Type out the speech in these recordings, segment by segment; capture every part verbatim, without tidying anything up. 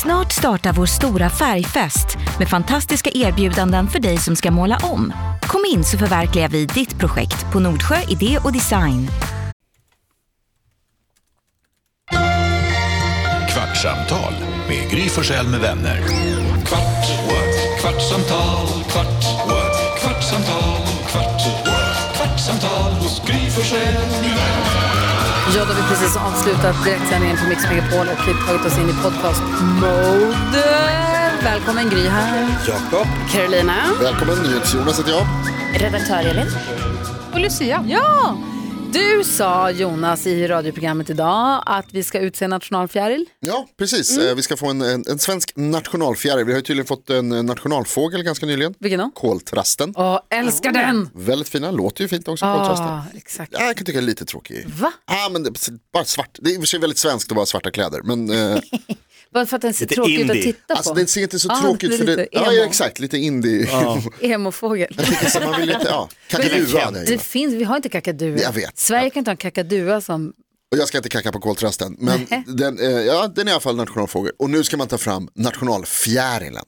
Snart startar vår stora färgfest med fantastiska erbjudanden för dig som ska måla om. Kom in så förverkligar vi ditt projekt på Nordsjö Idé och Design. Kvartsamtal med Gry Forssell med vänner. Kvart, what? Kvartsamtal, kvart, what? Kvartsamtal, kvart, what? Kvartsamtal hos Gry Forssell med vänner. Ja, då har vi precis avslutat direktsändningen på Mix Megapol och tagit oss in i podcast-mode. Välkommen Gry här. Jakob. Carolina. Välkommen, NyhetsJonas heter jag. Redaktör Elin. Och Lucia. Ja, du sa Jonas i radioprogrammet idag att vi ska utse nationalfjäril. Ja, precis. Mm. Vi ska få en, en, en svensk nationalfjäril. Vi har ju tydligen fått en nationalfågel ganska nyligen. Vilken då? Koltrasten. Åh, älskar den! Väldigt fina, låter ju fint också, Åh, koltrasten. Exakt. Ja, jag kan tycka det är lite tråkig. Va? Ja, men det, bara svart. Det är i och för sig väldigt svenskt att vara svarta kläder, men... Eh... Bara för att den ser tråkigt ut att titta på. Alltså den ser inte så ah, tråkigt för det. Ja, ja, exakt, lite indie. Ja. Emofågel. Jag tycker så man vill lite, ja, kakadua. Det, det finns, vi har inte kakadua. Jag vet. Sverige ja. kan inte ha en kakadua som... Och jag ska inte kacka på koltrasten, men den, eh, ja, den är i alla fall nationalfågel. Och nu ska man ta fram nationalfjärilen.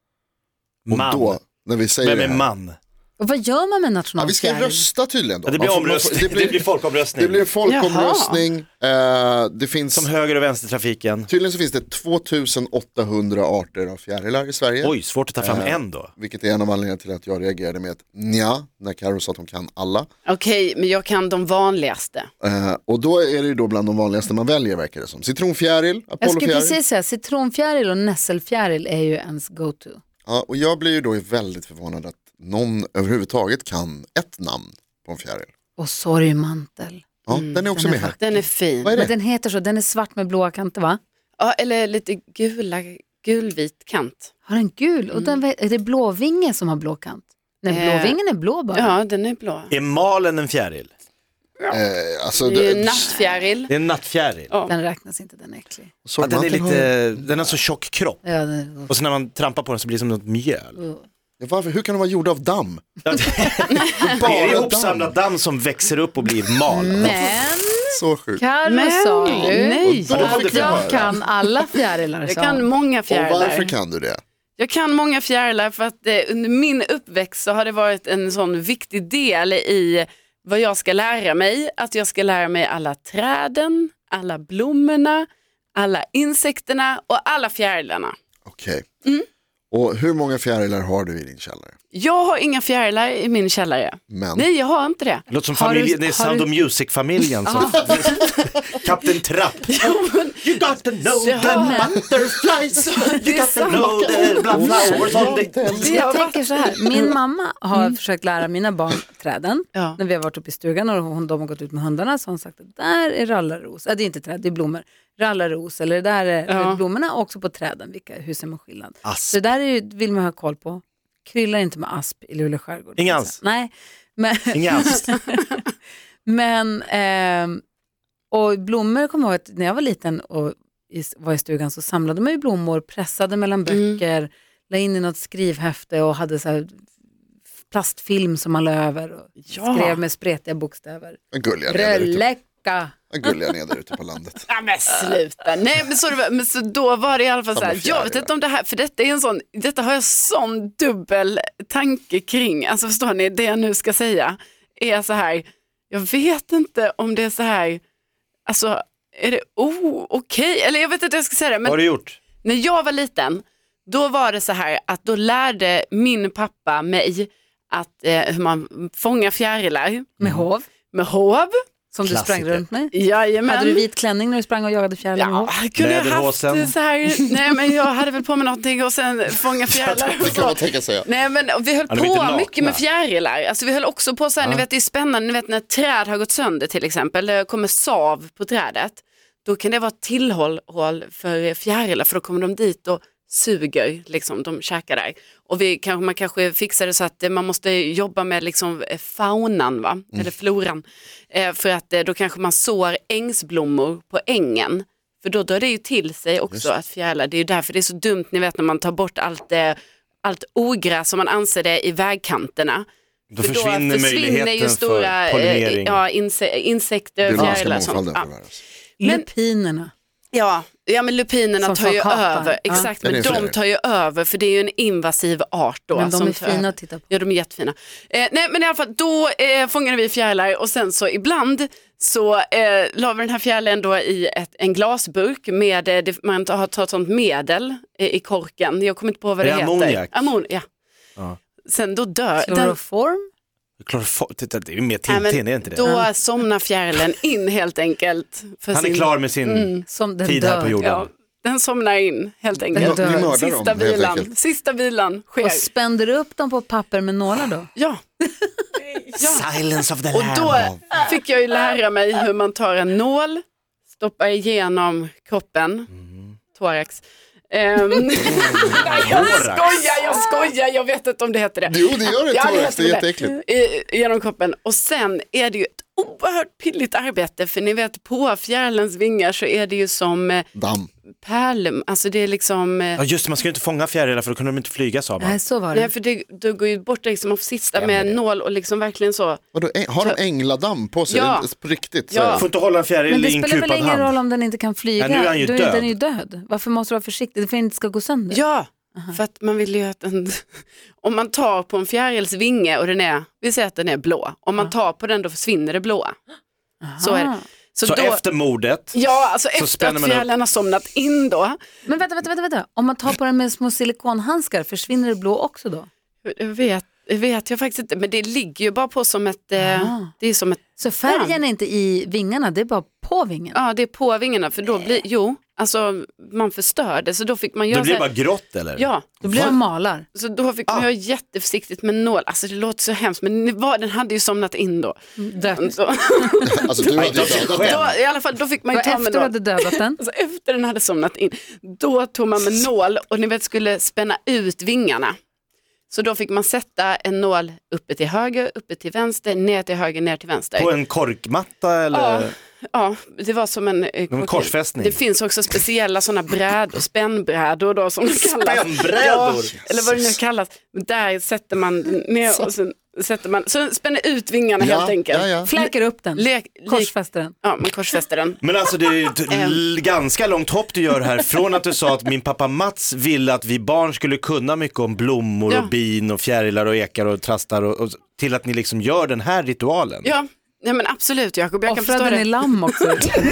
Och man. då, när vi säger Vem är det här, man? Och vad gör man med nationalfjäril? Ja, vi ska rösta tydligen då. Ja, det blir får, omröstning. det, blir, det blir folkomröstning. Det blir folkomröstning. Eh, det finns, som höger- och vänstertrafiken. Tydligen så finns det tvåtusen åttahundra arter av fjärilar i Sverige. Oj, svårt att ta fram eh, en då. Vilket är en av anledningarna till att jag reagerade med ett nja, när Karo sa att hon kan alla. Okej, okay, men jag kan de vanligaste. Eh, och då är det ju då bland de vanligaste man väljer, verkar det som. Citronfjäril, Jag ska Apollofjäril. precis säga, citronfjäril och nässelfjäril är ju ens go-to. Ja, och jag blir ju då väldigt förvånad att någon överhuvudtaget kan ett namn på en fjäril. Och sorgmantel. Ja, mm, den är också den med är här. Den är fin. Vad är det? Men den heter så, den är svart med blåa kanter va? Ja, eller lite gula, gulvit kant. Har den gul? Och den, är det blåvinge som har blå kant? Nej, Eh, blåvingen är blå bara. Ja, den är blå. Är malen en fjäril? Eh, alltså, Det är ju det- en nattfjäril. Det är en nattfjäril. Ja. Den räknas inte, den är äcklig. Ja, den är sorgmanteln lite, har- den har så tjock kropp. Ja, den... Och så när man trampar på den så blir det som något mjöl. Ja, varför? Hur kan de vara gjorda av damm? Det är ihopsamlat damm som växer upp och blir mal. Men, Så sjukt. Carro Men, sa du nej. Och då- att jag kan alla fjärilar. Jag sa kan han. många Och fjärilar. varför kan du det? Jag kan många fjärilar för att eh, under min uppväxt så har det varit en sån viktig del i vad jag ska lära mig. Att jag ska lära mig alla träden, alla blommorna, alla insekterna och alla fjärilarna. Okej. Mm. Och hur många fjärilar har du i din källare? Jag har inga fjärilar i min källare. Men Nej, jag har inte det. Det låter som Har familj, du- det är har Sound du- of Music-familjen. Som... Kapten Trapp. You got to know Det the har- butterflies. Det You är got to sant. know the flowers on the... Jag tänker så här, min mamma har försökt lära mina barn träden. Ja. När vi har varit uppe i stugan och hon, de har gått ut med hundarna så har hon sagt att där är rallarros. Äh, det är inte träd, det är blommor. Rallarros eller det där är Ja. blommorna också på träden. Vilka, hur ser man skillnad? Asp. Så det där är, ju- vill man ha koll på. Kryllar inte med asp i Luleå skärgård. Inga alls? Nej. Men, Inga alls. men ehm, och blommor kommer jag ihåg att när jag var liten och i, var i stugan så samlade man ju blommor, pressade mellan böcker, la in i något skrivhäfte och hade så här plastfilm som man la över och Ja. skrev med spretiga bokstäver. gulliga ni är där ute. Rölleka. Gulliga ni är där ute på landet. Ja men sluta. Nej men så, det var, men så då var det i alla fall så Samma här. Jag vet fjärilar. inte om det här, för detta är en sån, detta har jag sån dubbel tanke kring. Alltså förstår ni, det jag nu ska säga är så här. Jag vet inte om det är så här, alltså är det oh, okej, eller jag vet inte hur jag ska säga det. Vad har Men du gjort? när jag var liten, då var det så här att då lärde min pappa mig att eh, hur man fångar fjärilar Med hov. med hov. Som du sprang Klassiker. runt med. Jajamän. Hade du vit klänning när du sprang och jagade fjärilar med Ja, hov? jag kunde ha haft Läderhosen. så här, nej men jag hade väl på mig någonting och sen fånga fjärilar. Det kan man tänka sig. Nej men vi höll Ja, de är inte på nakna. mycket med fjärilar. Alltså vi höll också på så här, ni vet det är spännande, ni vet när ett träd har gått sönder till exempel, det kommer sav på trädet. Då kan det vara ett tillhåll håll för fjärilar för då kommer de dit och suger, liksom, de käkar där. Och vi, kanske, man kanske fixar det så att man måste jobba med liksom faunan, va? Mm. Eller floran. Eh, för att eh, då kanske man sår ängsblommor på ängen. För då drar det ju till sig också att fjärilar. Det är ju därför det är så dumt, ni vet när man tar bort allt, eh, allt ogräs som man anser det i vägkanterna. Då För försvinner möjligheten ju stora, för pollinering. eh, ja, inse- insekter, Biologiska fjärilar och sånt. mångfalden Ja. förvärras. Men- Lupinerna. Ja, ja men lupinerna Som tar ju hatar. över. Ja. Exakt, Ja, det men är de fler. tar ju över för det är ju en invasiv art då. Men de som är tar fina över. att titta på. Ja, de är jättefina. Eh, nej, men i alla fall, då eh, fångade vi fjärilar och sen så ibland så eh, la vi den här fjärilen då i ett, en glasburk med, eh, det, man har tagit sånt medel eh, i korken. Jag kommer inte på vad det, Det är heter. ammoniak. Ammon, ja. Ja. Sen då dör den. Kloroform? Kloroform, titta, det är ju mer Nej, men Tintin, är inte det? Då somnar fjärilen in helt enkelt. För Han är sin, klar med sin Som den tid här på dör. jorden. Ja, den somnar in helt Den enkelt. dör. Vi mördar Sista dem helt vilan, enkelt. sista vilan sker. Och spände du upp dem på papper med nålar då? Ja, Silence of the och lamb. då fick jag ju lära mig hur man tar en nål, stoppar igenom kroppen, thorax. Ehm, Nej, jag skojar, jag skojar, jag vet inte om det heter det. Jo, det gör det, Ja, thorax, det är heter jätteäckligt. I, genom kroppen. Och sen är det ju ett oerhört pilligt arbete, för ni vet på fjärilens vingar så är det ju som eh, Damm. pärlem, alltså det är liksom... Eh, Ja just det, man ska ju inte fånga fjärilar för då kunde de inte flyga, sa man. Nej, så var nej, det. för det, det går ju bort liksom att sista Stämmer med en det? nål och liksom verkligen så. Vadå, äng- har de ängladamm på sig? Ja. På riktigt? Så Ja. är Du det. får inte hålla en fjäril Men det i en spelar väl kupad ingen roll hand. om den inte kan flyga? Ja, nu är han ju Du- död. Den är ju död. Varför måste du vara försiktig? För att den inte ska gå sönder. Ja, för att man vill ju att den, om man tar på en fjärils vinge och den är, vi säger att den är blå, om man tar på den då försvinner det blåa. Så är det. Så, Så då, efter mordet, ja, alltså efter spänner att man upp. fjärilen har somnat in då, Men vänta, vänta, vänta, vänta. Om man tar på den med små silikonhandskar, försvinner det blå också då? jag vet, jag vet jag faktiskt inte, men det ligger ju bara på som ett, eh, Ah. det är som ett, Så färgen är inte i vingarna, det är bara på vingen? ja det är på vingarna, för då blir, jo, alltså man förstör det, så då fick man göra då blir det så här- bara grått eller? ja, Då blir de malar. så då fick man Ah. göra jätteförsiktigt med nål, alltså det låter så hemskt, men det var, den hade ju somnat in då. Dött. Så, Alltså du hade ju Inte dödat själv. den. då, i alla fall, då fick man ju Och ta med efter du nål. hade dödat den? Alltså efter den hade somnat in, då tog man med nål och ni vet skulle spänna ut vingarna. Så då fick man sätta en nål uppe till höger, uppe till vänster, ner till höger, ner till vänster. På en korkmatta eller? Ja, ja, det var som en, eh, En korsfästning. Det finns också speciella sådana brädor, spännbrädor då som det kallas. Spännbrädor? Ja, eller vad det nu kallas. där sätter man ner och sen sätter man, så spänner ut vingarna Ja, helt enkelt. ja, ja. Fläker upp den, Lek, lik, korsfäster den. ja, man korsfäster den. Men alltså det är ju ett l- ganska långt hopp du gör här. Från att du sa att min pappa Mats ville att vi barn skulle kunna mycket om blommor Ja. och bin och fjärilar och ekar och trastar och, och till att ni liksom gör den här ritualen. Ja, ja men absolut Jakob, jag kan förstå Offrade ni det. lamm också?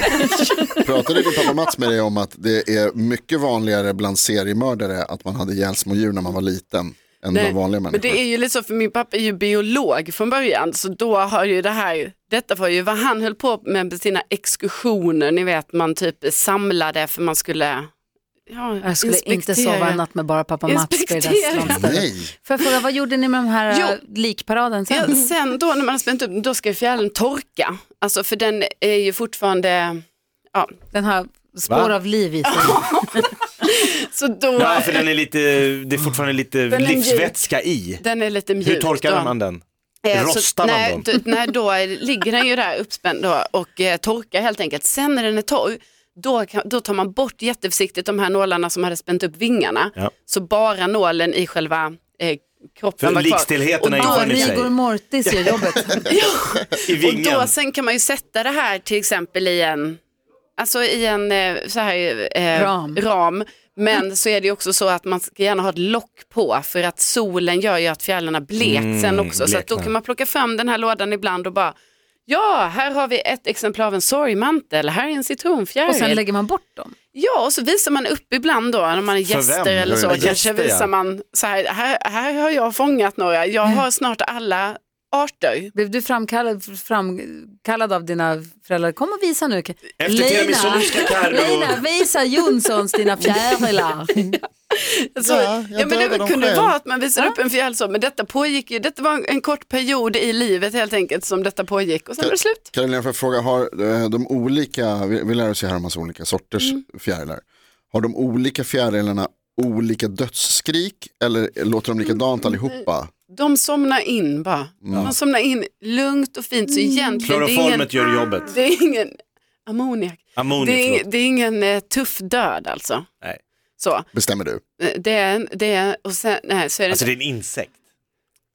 Pratade din pappa Mats med dig om att det är mycket vanligare bland seriemördare att man hade ihjäl små djur när man var liten än Nej, bland vanliga men människor? det är ju lite så, för min pappa är ju biolog från början, så då har ju det här, detta var ju vad han höll på med med sina exkursioner, ni vet man typ samlade för man skulle, ja, Jag skulle inte inspektera. sova en natt med bara pappa Mats på det där Inspektera. slantstället. Nej, Får jag fråga, vad gjorde ni med de här Jo. jo. likparaden sen? Ja, sen då när man har spänt upp, då ska ju fjällen torka, alltså för den är ju fortfarande, ja, Den har spår Va? av liv i sig. så då, Ja, för den är lite, det är fortfarande lite är livsvätska i. den är lite mjuk. Hur torkar då. man den? Eh, så- Rostar man nej, dem? d- nej, då är, ligger den ju där uppspänd då och eh, torkar helt enkelt. Sen när den är torr, då, kan, då tar man bort jätteförsiktigt de här nålarna som hade spänt upp vingarna. Ja. Så bara nålen i själva eh, kroppen För var kvar. likstillheten Och har då- infunnit sig. Rigor Mortis i jobbet. I Och vingen. då sen kan man ju sätta det här till exempel i en, alltså i en eh, så här, eh, Ram. ram. Men så är det ju också så att man ska gärna ha ett lock på, för att solen gör ju att fjällarna blekt Mm, sen också. Så att då bleknar. kan man plocka fram den här lådan ibland och bara, ja, här har vi ett exemplar av en sorgmantel, här är en citronfjäril. Och sen lägger man bort dem. Ja, och så visar man upp ibland då när man är För gäster vem? eller så. Ja, Kanske gäster, ja. visar man så här, här, här har jag fångat några, jag har snart alla arter. Blev du framkallad, framkallad av dina föräldrar? Kom och visa nu. Efter tiramisu ska Carro- Lina, visa Jonssons dina fjärilar. Så, Ja, ja, jag men dödar det dem kunde själv. vara att man visar upp en fjäll så, men detta pågick ju, detta var en kort period i livet helt enkelt som detta pågick och sen var det slut. Karolina, får jag fråga, har eh, de olika, vi, vi lär oss ju här en massa olika sorters Mm. fjärilar. Har de olika fjärilarna olika dödsskrik eller låter de likadant allihopa? De somnar in bara, de somnar in lugnt och fint så egentligen det är ingen, Kloroformet gör jobbet. det är ingen ammoniak, Ammoniak, det är, förlåt. det är ingen eh, tuff död alltså. Nej. Så, Bestämmer du? eh, det är, det är, och sen, nej så är det Alltså inte. det är en insekt.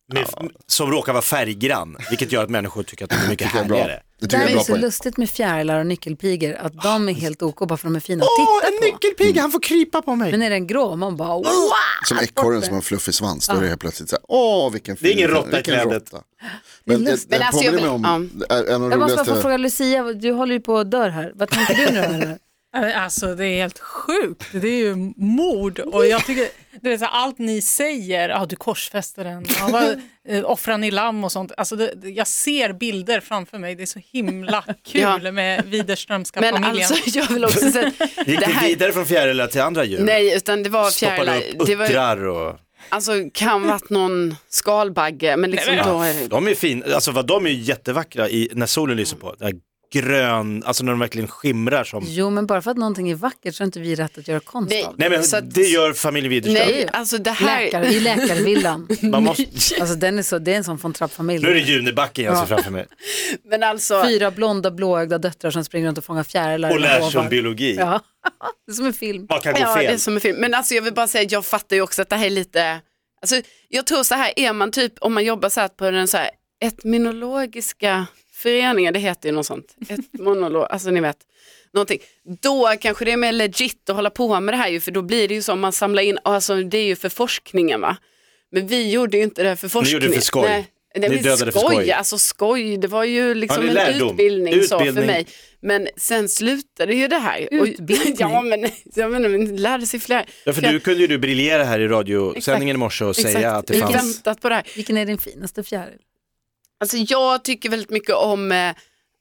Med, som råkar vara färggrann, vilket gör att människor tycker att de är mycket härligare. Det Det här är är bra så poäng. lustigt med fjärilar och nyckelpigor att de är helt ok bara för att de är fina att Åh, titta en på. nyckelpiga, han får krypa på mig. Men är den grå, man bara wow. Som ekorren som har en fluffig svans, då är det helt plötsligt så här, åh vilken fin. Det är ingen råtta i vilken trädet. råtta. Men det, Men det alltså, påminner jag mig vill- om, en av de Jag måste bara roligaste. få fråga Lucia, du håller ju på att dö här. Vad tänker du nu här? Alltså det är helt sjukt, det är ju mord och jag tycker, det är så här, allt ni säger, ja ah, du korsfäster den, ja, vad, eh, offrar ni lamm och sånt, alltså det, jag ser bilder framför mig, det är så himla kul Ja. med Widerströmska Men familjen. alltså jag vill också säga, Gick det det här, vidare från fjärilar till andra djur? nej utan det var Stoppade fjärilar, upp det var, uttrar och... alltså kan varit någon skalbagge, men liksom Nej, men- då är det, De är fin, alltså vad de är ju jättevackra i, när solen lyser på. Det här grön, alltså när de verkligen skimrar som... Jo, men bara för att någonting är vackert så är inte vi rätt att göra konst Nej. av. Nej men Så att- det gör familjen Widerström. nej alltså det här, Läkare, i läkarvillan. Man måste... Alltså den är så, det är en sån von Trapp-familj. Nu är det Junibacken jag ser framför mig. men alltså, Fyra blonda blåögda döttrar som springer runt och fångar fjärilar. Och lär sig hovar. om biologi. Ja, det är som en film. Vad kan gå ja det är fel? som en film, men alltså jag vill bara säga, jag fattar ju också att det här är lite, alltså jag tror så här, är man typ, om man jobbar så här på den så här etymologiska föreningen, det heter ju något sånt, ett monolog, alltså ni vet, någonting. Då kanske det är mer legit att hålla på med det här ju, för då blir det ju som man samlar in, alltså det är ju för forskningen va. Men vi gjorde ju inte det för forskning. gjorde det för skoj. Nej, nej Ni men dödade för skoj, skoj. alltså skoj, det var ju liksom Ja, en det är lärdom. utbildning, så för Utbildning. mig. Men sen slutade ju det här. Utbildning? Och, ja men, jag menar, men lärde sig flera. Ja, för du kunde ju du briljera här i radiosändningen i morse och säga Exakt. att det Jag har fanns... väntat på det här. Vilken är din finaste fjäril? Alltså jag tycker väldigt mycket om, eh,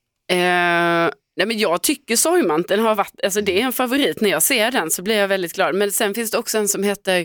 eh, nej men jag tycker sorgmanteln har varit, alltså det är en favorit. När jag ser den så blir jag väldigt glad. Men sen finns det också en som heter,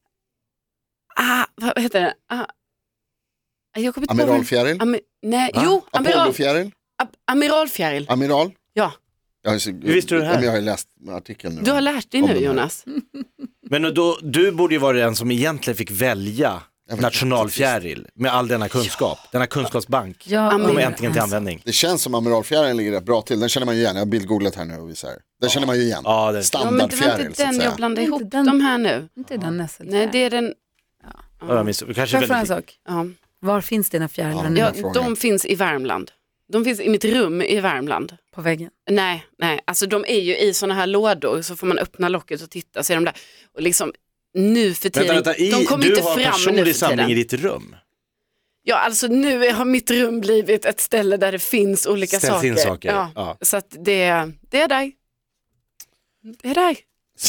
ah, vad heter den? Ah, jag kommer inte på- Amiralfjäril? Ami, nej, Va? jo, amiral, Apollofjäril? ab, amiralfjäril. Amiral? Ja, Jag har, Hur visste du det här? Jag har ju läst artikeln nu. du har lärt dig Om nu den här. Jonas. Men då, du borde ju vara den som egentligen fick välja Jag vet nationalfjäril med all denna kunskap. Denna kunskapsbank Jag Amen. kommer undrar, äntligen till användning. Det känns som amiralfjärilen ligger rätt bra till. Den känner man ju igen. Jag har bildgooglat här nu och visar. Den känner man ju igen. Ja, det- Ja, men det var Standardfjäril inte så att den säga. jag blandade Inte ihop den. de här nu. Inte den nästan. Nej, det är den, Ja, jag minns- kanske Får jag fråga en väldigt... sak? ja. Var finns dina fjärilar Ja, nu? Ja, frågan. de finns i Värmland. De finns i mitt rum i Värmland. På väggen? Nej, nej, alltså de är ju i såna här lådor, så får man öppna locket och titta, så är de där. Och liksom nu för tiden, Vänta, vänta, i, de kommer du inte har fram nu personlig för samling i tiden. ditt rum. Ja, alltså nu har mitt rum blivit ett ställe där det finns olika Ställs saker. in saker, Ja, ja. Så att det, det är där. Det är där.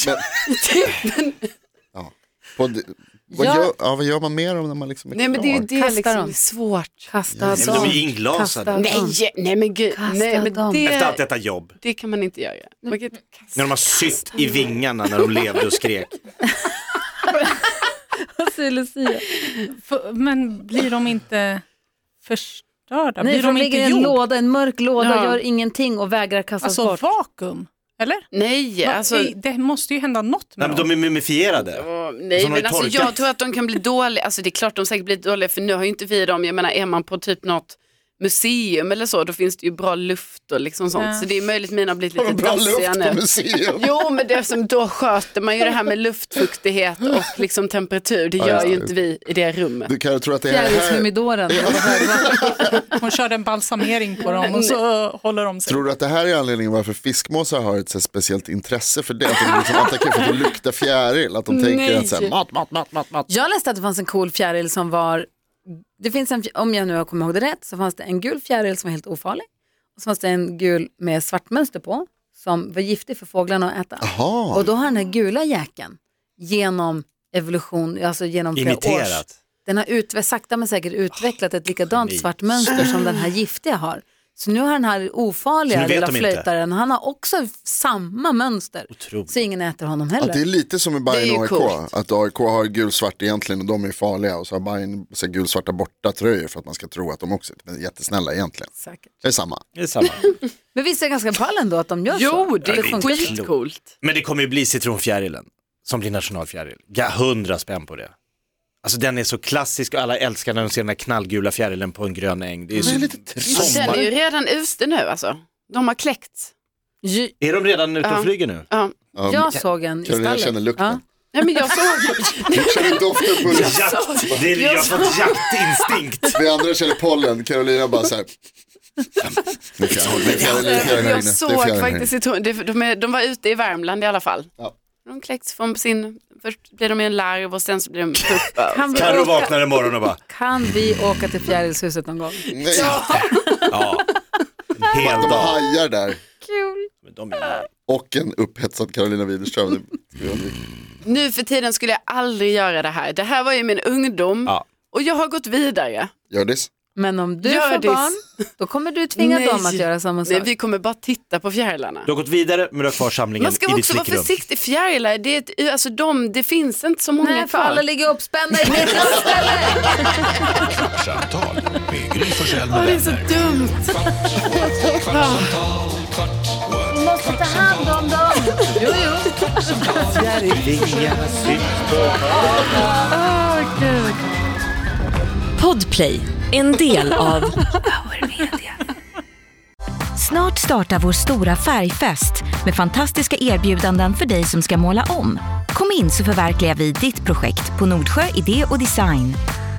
Men, ja. På, vad, Ja. gör, ja, vad gör man mer om när man liksom är Nej men det är ju klar? det Kasta liksom dem. är svårt. Kasta Nej, men de är dem. ju inglasade. Kasta dem. Nej, nej men gud. Kasta Nej, men dem. det, Efter allt detta jobb. det kan man inte göra. Man kan inte kasta. När de har sytt i vingarna när de levde och skrek. Vad säger Lucia? För, men blir de inte förstörda? Nej, blir för de de ligger i inte en jord? låda, en mörk låda, Ja. gör ingenting och vägrar kastas Alltså bort. vakuum, eller? Nej, Va- alltså. Ej, det måste ju hända något Nej, med men dem. de är mumifierade. Åh, Och nej så har de men alltså torkat. jag tror att de kan bli dåliga, alltså det är klart de säkert blir dåliga, för nu har ju inte vi dem, jag menar är man på typ något museum eller så, då finns det ju bra luft och liksom sånt, Ja. så det är möjligt mina har blivit Har lite de bra dassiga luft på nu. museum? Jo men det är som då sköter man ju det här med luftfuktighet och liksom temperatur, det Ja, gör just ju det. inte vi i det rummet. Du kan tro att det är här... Fjärilshumidoren. Hon körde en balsamering på dem och så håller de sig. Tror du att det här är anledningen varför fiskmåsar har ett så här speciellt intresse för det? Att de liksom attackerar för att de luktar fjäril. Att de tänker Nej. att så här, mat, mat, mat, mat, mat. Jag läste att det fanns en cool fjäril som var, det finns en, om jag nu har kommit ihåg det rätt, så fanns det en gul fjäril som var helt ofarlig. Och så fanns det en gul med svart mönster på som var giftig för fåglarna att äta. Jaha. Och då har den här gula jäkeln genom evolution, alltså genom flera års, Imiterat. den har utve- sakta men säkert utvecklat ett likadant geni. svart mönster som den här giftiga har. Så nu har den här Så ofarliga nu vet lilla de inte. flöjtaren, han har också samma mönster. Otroligt. Så ingen äter honom Ja, heller. det är lite som i Det är Bayern ju A I K. coolt. Att A I K har gulsvart egentligen och de är farliga. Och så har Bayern så här gulsvarta borta tröjor för att man ska tro att de också är jättesnälla egentligen. Säkert. Det är samma. Det är samma. Men visst är det ganska ball ändå att de gör så? Jo, det Ja, är det är funkar. skitcoolt. Men det kommer ju bli citronfjärilen som blir nationalfjäril. Ja, hundra spänn på det. Alltså den är så klassisk och alla älskar när de ser den här knallgula fjärilen på en grön äng. Det är, så... är lite Och trist. den är ju redan ute nu alltså. De har kläckts. Ju- är de redan ute och Ja. flyger nu? Ja. Ja, Jag såg en i Carolina stallet. känner lukten. Nej, men jag såg... Du känner doften på Jakt, det är, jag har fått jaktinstinkt. Vi andra känner pollen. Carolina bara så här. Det är fjäril, det är fjäril, det är fjäril här Jag inne. såg Det är fjäril här faktiskt inne. i torn- det- de, är- de var ute i Värmland i alla fall. Ja. De kläcks från sin... Först blir de i en larv och sen så blir de puppar. Kan vi, Carro åka, vaknar imorgon och bara, kan vi åka till Fjärilshuset någon gång? Nej, ja, en hel de har dag. hajar där. Men de är... Och en upphetsad Carolina Widerström. Nu för tiden skulle jag aldrig göra det här. Det här var ju min ungdom Ja. och jag har gått vidare. Hjördis? Men om du Gör får det. barn, då kommer du tvinga Nej. dem att göra samma sak. Nej, vi kommer bara titta på fjärilarna. Du har gått vidare men du har kvar samlingen Man ska i ditt också vara flickrum. försiktig. Fjärilar, det, är ett, alltså de, det finns inte så många Nej, för kvar. alla ligger uppspända i mitt ställe. Kvartsamtal med Gry Forssell Åh, med det är så vänner. dumt. Kvart, kvartsamtal, kvart, what? Vi måste ta hand om dem. Jo, jo. Podplay, en del av Power Media. Snart startar vår stora färgfest med fantastiska erbjudanden för dig som ska måla om. Kom in så förverkligar vi ditt projekt på Nordsjö Idé och Design.